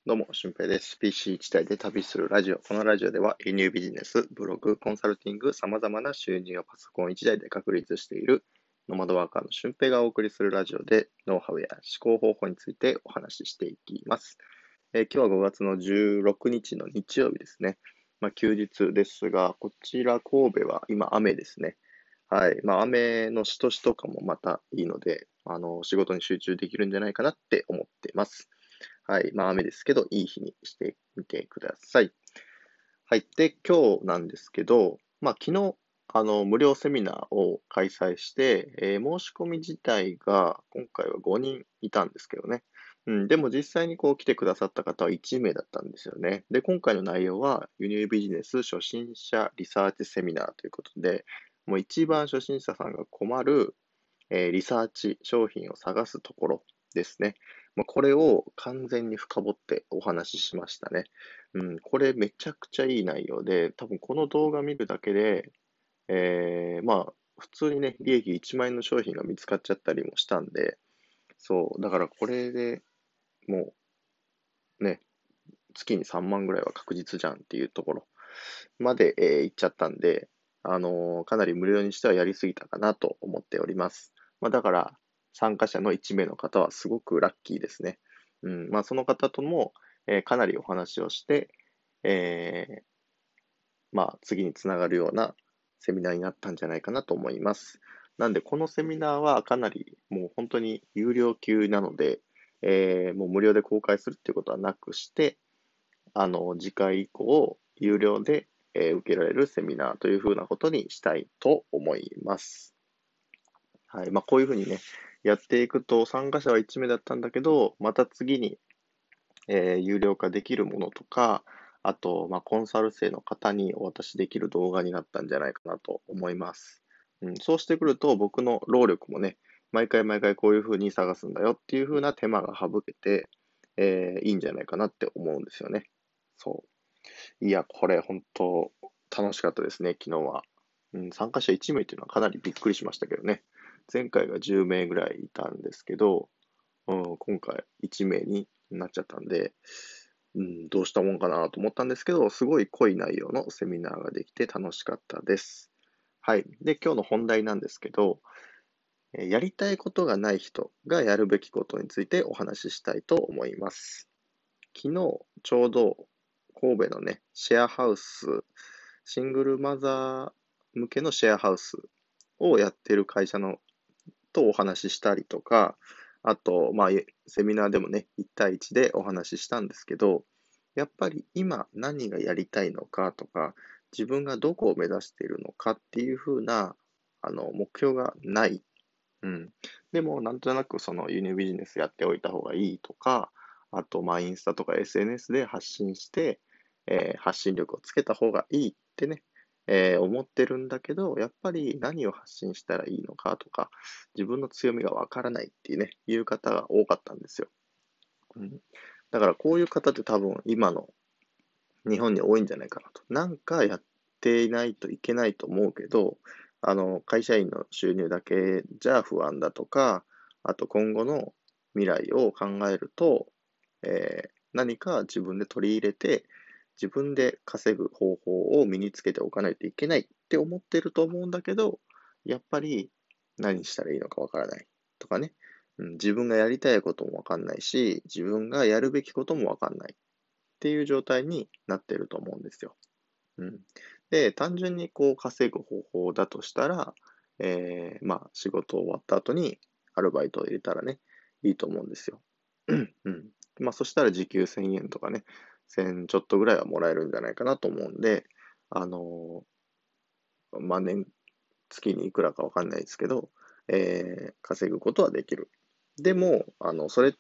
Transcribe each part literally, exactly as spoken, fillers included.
どうも、俊平です。ピーシーいち 台で旅するラジオ。このラジオでは輸入ビジネス、ブログ、コンサルティング、様々な収入をパソコンいち台で確立しているノマドワーカーの俊平がお送りするラジオで、ノウハウや思考方法についてお話ししていきます。えー今日はごがつのじゅうろくにちの日曜日ですね。まあ、休日ですが、こちら神戸は今雨ですね。はい。まあ、雨のしとしとかもまたいいので、あの、仕事に集中できるんじゃないかなって思っています。はい。まあ、雨ですけど、いい日にしてみてください。はい。で、今日なんですけど、まあ、昨日、あの、無料セミナーを開催して、えー申し込み自体が、今回はごにんいたんですけどね。うん、でも実際にこう来てくださった方はいち名だったんですよね。で、今回の内容は、輸入ビジネス初心者リサーチセミナーということで、もう一番初心者さんが困るえーリサーチ、商品を探すところですね。まあ、これを完全に深掘ってお話ししましたね。うん、これめちゃくちゃいい内容で、多分この動画見るだけで、えーまあ、普通にね、利益いちまん円の商品が見つかっちゃったりもしたんで、そう、だからこれでもうね、月にさんまんぐらいは確実じゃんっていうところまで、えー行っちゃったんで、あのーかなり無料にしてはやりすぎたかなと思っております。まあ、だから、参加者のいち名の方はすごくラッキーですね。うん、まあ、その方とも、えーかなりお話をして、えーまあ、次につながるようなセミナーになったんじゃないかなと思います。なんで、このセミナーはかなりもう本当に有料級なので、えーもう無料で公開するっていうことはなくして、あの、次回以降、有料で、えー受けられるセミナーというふうなことにしたいと思います。はい。まあ、こういうふうにね、やっていくと、参加者はいち名だったんだけど、また次に、えー有料化できるものとか、あと、まあ、コンサル生の方にお渡しできる動画になったんじゃないかなと思います。うん、そうしてくると、僕の労力もね、毎回毎回こういうふうに探すんだよっていうふうな手間が省けて、えーいいんじゃないかなって思うんですよね。そう。いや、これ本当楽しかったですね、昨日は。うん、参加者いち名っていうのはかなりびっくりしましたけどね。前回がじゅう名ぐらいいたんですけど、うん、今回いち名になっちゃったんで、うん、どうしたもんかなと思ったんですけど、すごい濃い内容のセミナーができて楽しかったです。はい。で、今日の本題なんですけど、えーやりたいことがない人がやるべきことについてお話ししたいと思います。昨日、ちょうど神戸のね、シェアハウス、シングルマザー向けのシェアハウスをやってる会社のとお話ししたりとか、あと、まあ、セミナーでもね、いち対いちでお話ししたんですけど、やっぱり今何がやりたいのかとか、自分がどこを目指しているのかっていう風な、あの、目標がない。うん。でも、なんとなくその輸入ビジネスやっておいた方がいいとか、あと、まあ、インスタとか エスエヌエス で発信して、えー発信力をつけた方がいいってね、えー思ってるんだけど、やっぱり何を発信したらいいのかとか、自分の強みがわからないっていうね、いう方が多かったんですよ。うん。だからこういう方って多分今の日本に多いんじゃないかなと。なんかやっていないといけないと思うけど、あの、会社員の収入だけじゃ不安だとか、あと今後の未来を考えると、えー何か自分で取り入れて、自分で稼ぐ方法を身につけておかないといけないって思ってると思うんだけど、やっぱり何したらいいのかわからないとかね、うん、自分がやりたいこともわかんないし、自分がやるべきこともわかんないっていう状態になってると思うんですよ。うん。で、単純にこう稼ぐ方法だとしたら、えー、まあ仕事終わった後にアルバイトを入れたらね、いいと思うんですよ。うん。まあそしたら時給せんえんとかね、せんちょっとぐらいはもらえるんじゃないかなと思うんで、あのーまあ年、月にいくらかわかんないですけど、えー、稼ぐことはできる。でも、あの、それって、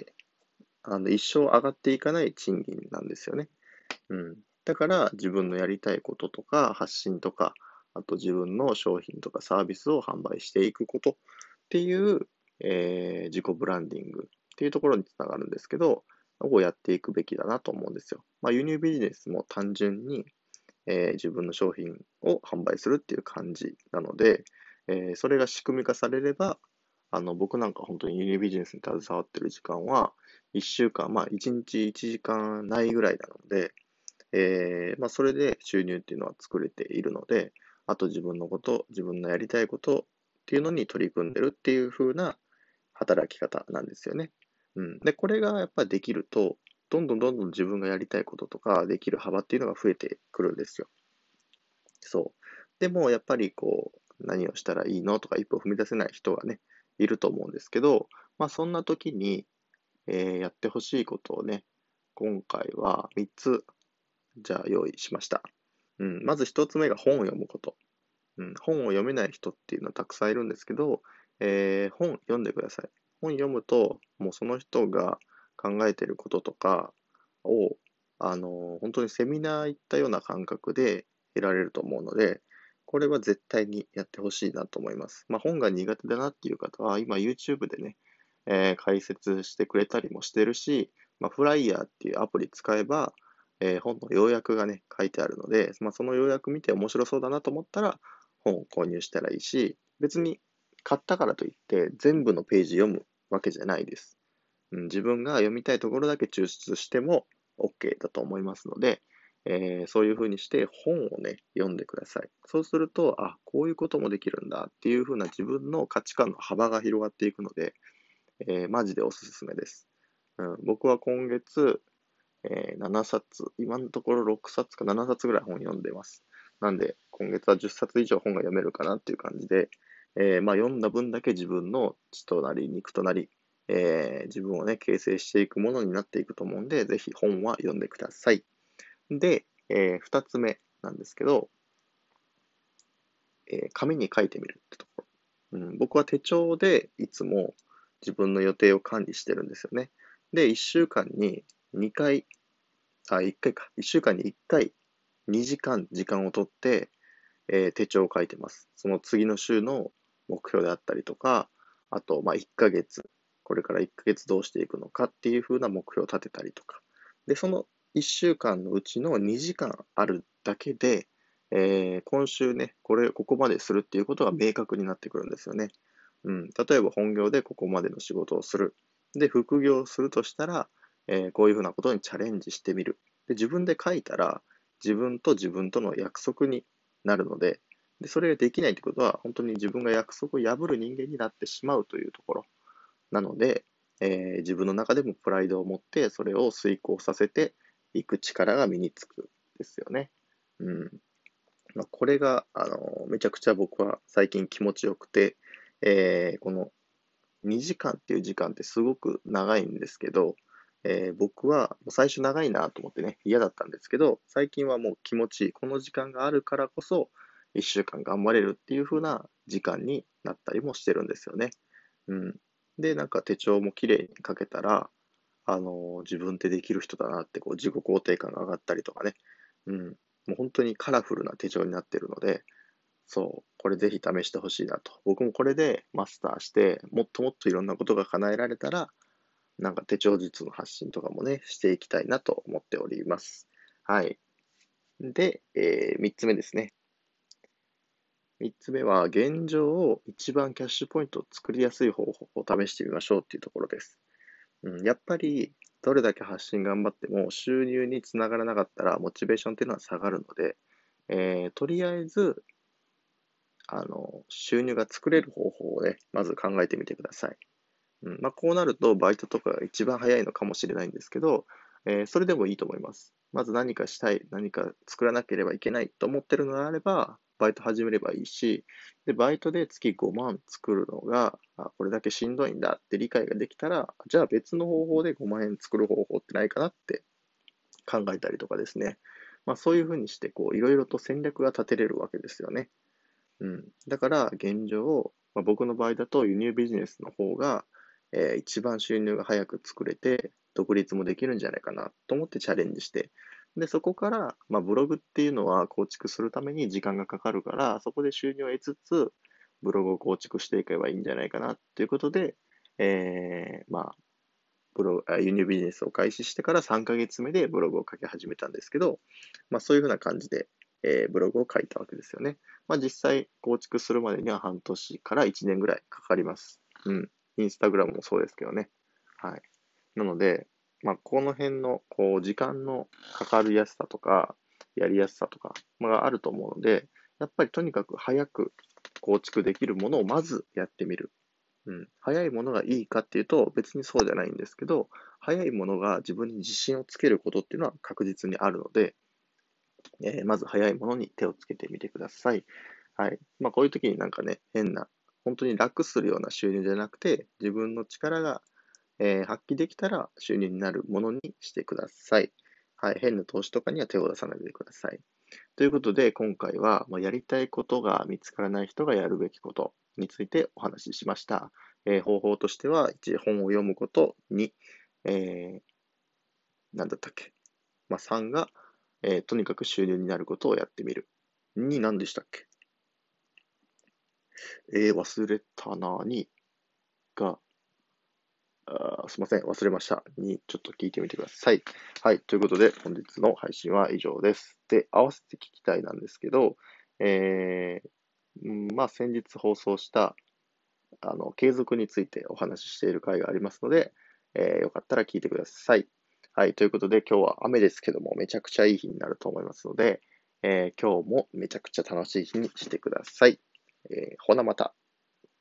あの、一生上がっていかない賃金なんですよね。うん。だから自分のやりたいこととか発信とか、あと自分の商品とかサービスを販売していくことっていう、えー自己ブランディングっていうところにつながるんですけど、をやっていくべきだなと思うんですよ。まあ、輸入ビジネスも単純に、えー自分の商品を販売するっていう感じなので、えーそれが仕組み化されれば、あの、僕なんか本当に輸入ビジネスに携わってる時間は、 いっしゅうかん、まあいちにちいちじかんないぐらいなので、えーまあそれで収入っていうのは作れているので、あと自分のこと、自分のやりたいことっていうのに取り組んでるっていう風な働き方なんですよね。うん。で、これがやっぱりできると、どんどんどんどん自分がやりたいこととか、できる幅っていうのが増えてくるんですよ。そう。でも、やっぱりこう、何をしたらいいのとか一歩踏み出せない人がね、いると思うんですけど、まあそんな時に、えーやってほしいことをね、今回はみっつ、じゃあ用意しました。うん。まずひとつめが本を読むこと。うん。本を読めない人っていうのはたくさんいるんですけど、えー本読んでください。本読むと、もうその人が考えてることとかを、あのー本当にセミナー行ったような感覚で得られると思うので、これは絶対にやってほしいなと思います。まあ、本が苦手だなっていう方は、今 YouTube でね、えー解説してくれたりもしてるし、まあ、フライヤーっていうアプリ使えば、えー本の要約がね、書いてあるので、まあ、その要約見て面白そうだなと思ったら、本を購入したらいいし、別に買ったからといって全部のページ読むわけじゃないです。うん、自分が読みたいところだけ抽出しても OK だと思いますので、えーそういうふうにして本をね、読んでください。そうすると、あ、こういうこともできるんだっていうふうな自分の価値観の幅が広がっていくので、えーマジでおすすめです。うん、僕は今月、えーななさつ、今のところろくさつかななさつぐらい本読んでます。なんで、今月はじゅっさつ以上本が読めるかなっていう感じで、えーまあ、読んだ分だけ自分の血となり、肉となり、えー自分をね、形成していくものになっていくと思うんで、ぜひ本は読んでください。で、えー、二つ目なんですけど、えー紙に書いてみるってところ。うん、僕は手帳でいつも自分の予定を管理してるんですよね。で、いっしゅうかんににかい、あ、いっかいか。いっしゅうかんにいっかい、にじかん時間をとって、えー手帳を書いてます。その次の週の目標であったりとか、あと、まあ、いっかげつ、これからいっかげつどうしていくのかっていう風な目標を立てたりとか。で、そのいっしゅうかんのうちのにじかんあるだけで、えー今週ね、これ、ここまでするっていうことが明確になってくるんですよね。うん。例えば本業でここまでの仕事をする。で、副業をするとしたら、えーこういうふうなことにチャレンジしてみる。で、自分で書いたら、自分と自分との約束になるので、で、それができないってことは、本当に自分が約束を破る人間になってしまうというところなので、えー自分の中でもプライドを持って、それを遂行させていく力が身につくですよね。うん。まあ、これが、あの、めちゃくちゃ僕は最近気持ちよくて、えーこのにじかんっていう時間ってすごく長いんですけど、えー僕はもう最初長いなと思ってね、嫌だったんですけど、最近はもう気持ちいい。この時間があるからこそ、いっしゅうかん頑張れるっていう風な時間になったりもしてるんですよね。うん。で、なんか手帳も綺麗に書けたら、あのー自分ってできる人だなって、こう、自己肯定感が上がったりとかね。うん。もう本当にカラフルな手帳になってるので、そう、これぜひ試してほしいなと。僕もこれでマスターして、もっともっといろんなことが叶えられたら、なんか手帳術の発信とかもね、していきたいなと思っております。はい。で、えー、みっつめですね。みっつめは、現状を一番キャッシュポイントを作りやすい方法を試してみましょうっていうところです。うん、やっぱり、どれだけ発信頑張っても収入につながらなかったら、モチベーションっていうのは下がるので、えー、とりあえず、あの、収入が作れる方法をね、まず考えてみてください。うん、まあ、こうなると、バイトとかが一番早いのかもしれないんですけど、えーそれでもいいと思います。まず何かしたい、何か作らなければいけないと思ってるのであれば、バイト始めればいいし、で、バイトで月ごまん作るのが、あ、これだけしんどいんだって理解ができたら、じゃあ別の方法でごまん円作る方法ってないかなって考えたりとかですね。まあそういうふうにして、こう、いろいろと戦略が立てれるわけですよね。うん。だから、現状、まあ、僕の場合だと輸入ビジネスの方が、えー一番収入が早く作れて、独立もできるんじゃないかなと思ってチャレンジして、で、そこから、まあ、ブログっていうのは構築するために時間がかかるから、そこで収入を得つつ、ブログを構築していけばいいんじゃないかなということで、えー、まあ、ブログ、あ輸入ビジネスを開始してからさんかげつめでブログを書き始めたんですけど、まあそういうふうな感じで、えーブログを書いたわけですよね。まあ実際構築するまでには半年からいちねんぐらいかかります。うん。インスタグラムもそうですけどね。はい。 なので、まあ、この辺の、こう、時間のかかりやすさとか、やりやすさとか、まあ、あると思うので、やっぱりとにかく早く構築できるものをまずやってみる。うん。早いものがいいかっていうと、別にそうじゃないんですけど、早いものが自分に自信をつけることっていうのは確実にあるので、えーまず早いものに手をつけてみてください。はい。まあ、こういう時になんかね、変な、本当に楽するような収入じゃなくて、自分の力が、えー発揮できたら収入になるものにしてください。はい。変な投資とかには手を出さないでください。ということで、今回は、まあ、やりたいことが見つからない人がやるべきことについてお話ししました。えー方法としては、いち、本を読むこと、に、えー、なんだったっけ。まあ、さんが、えーとにかく収入になることをやってみる。に、何でしたっけ。えー忘れたな。にが、あーすいません、忘れました。に、ちょっと聞いてみてください。はい。ということで、本日の配信は以上です。で、合わせて聞きたいなんですけど、えーうんまあ、先日放送した、あの、継続についてお話ししている回がありますので、えーよかったら聞いてください。はい。ということで、今日は雨ですけども、めちゃくちゃいい日になると思いますので、えー今日もめちゃくちゃ楽しい日にしてください。えーほなまた。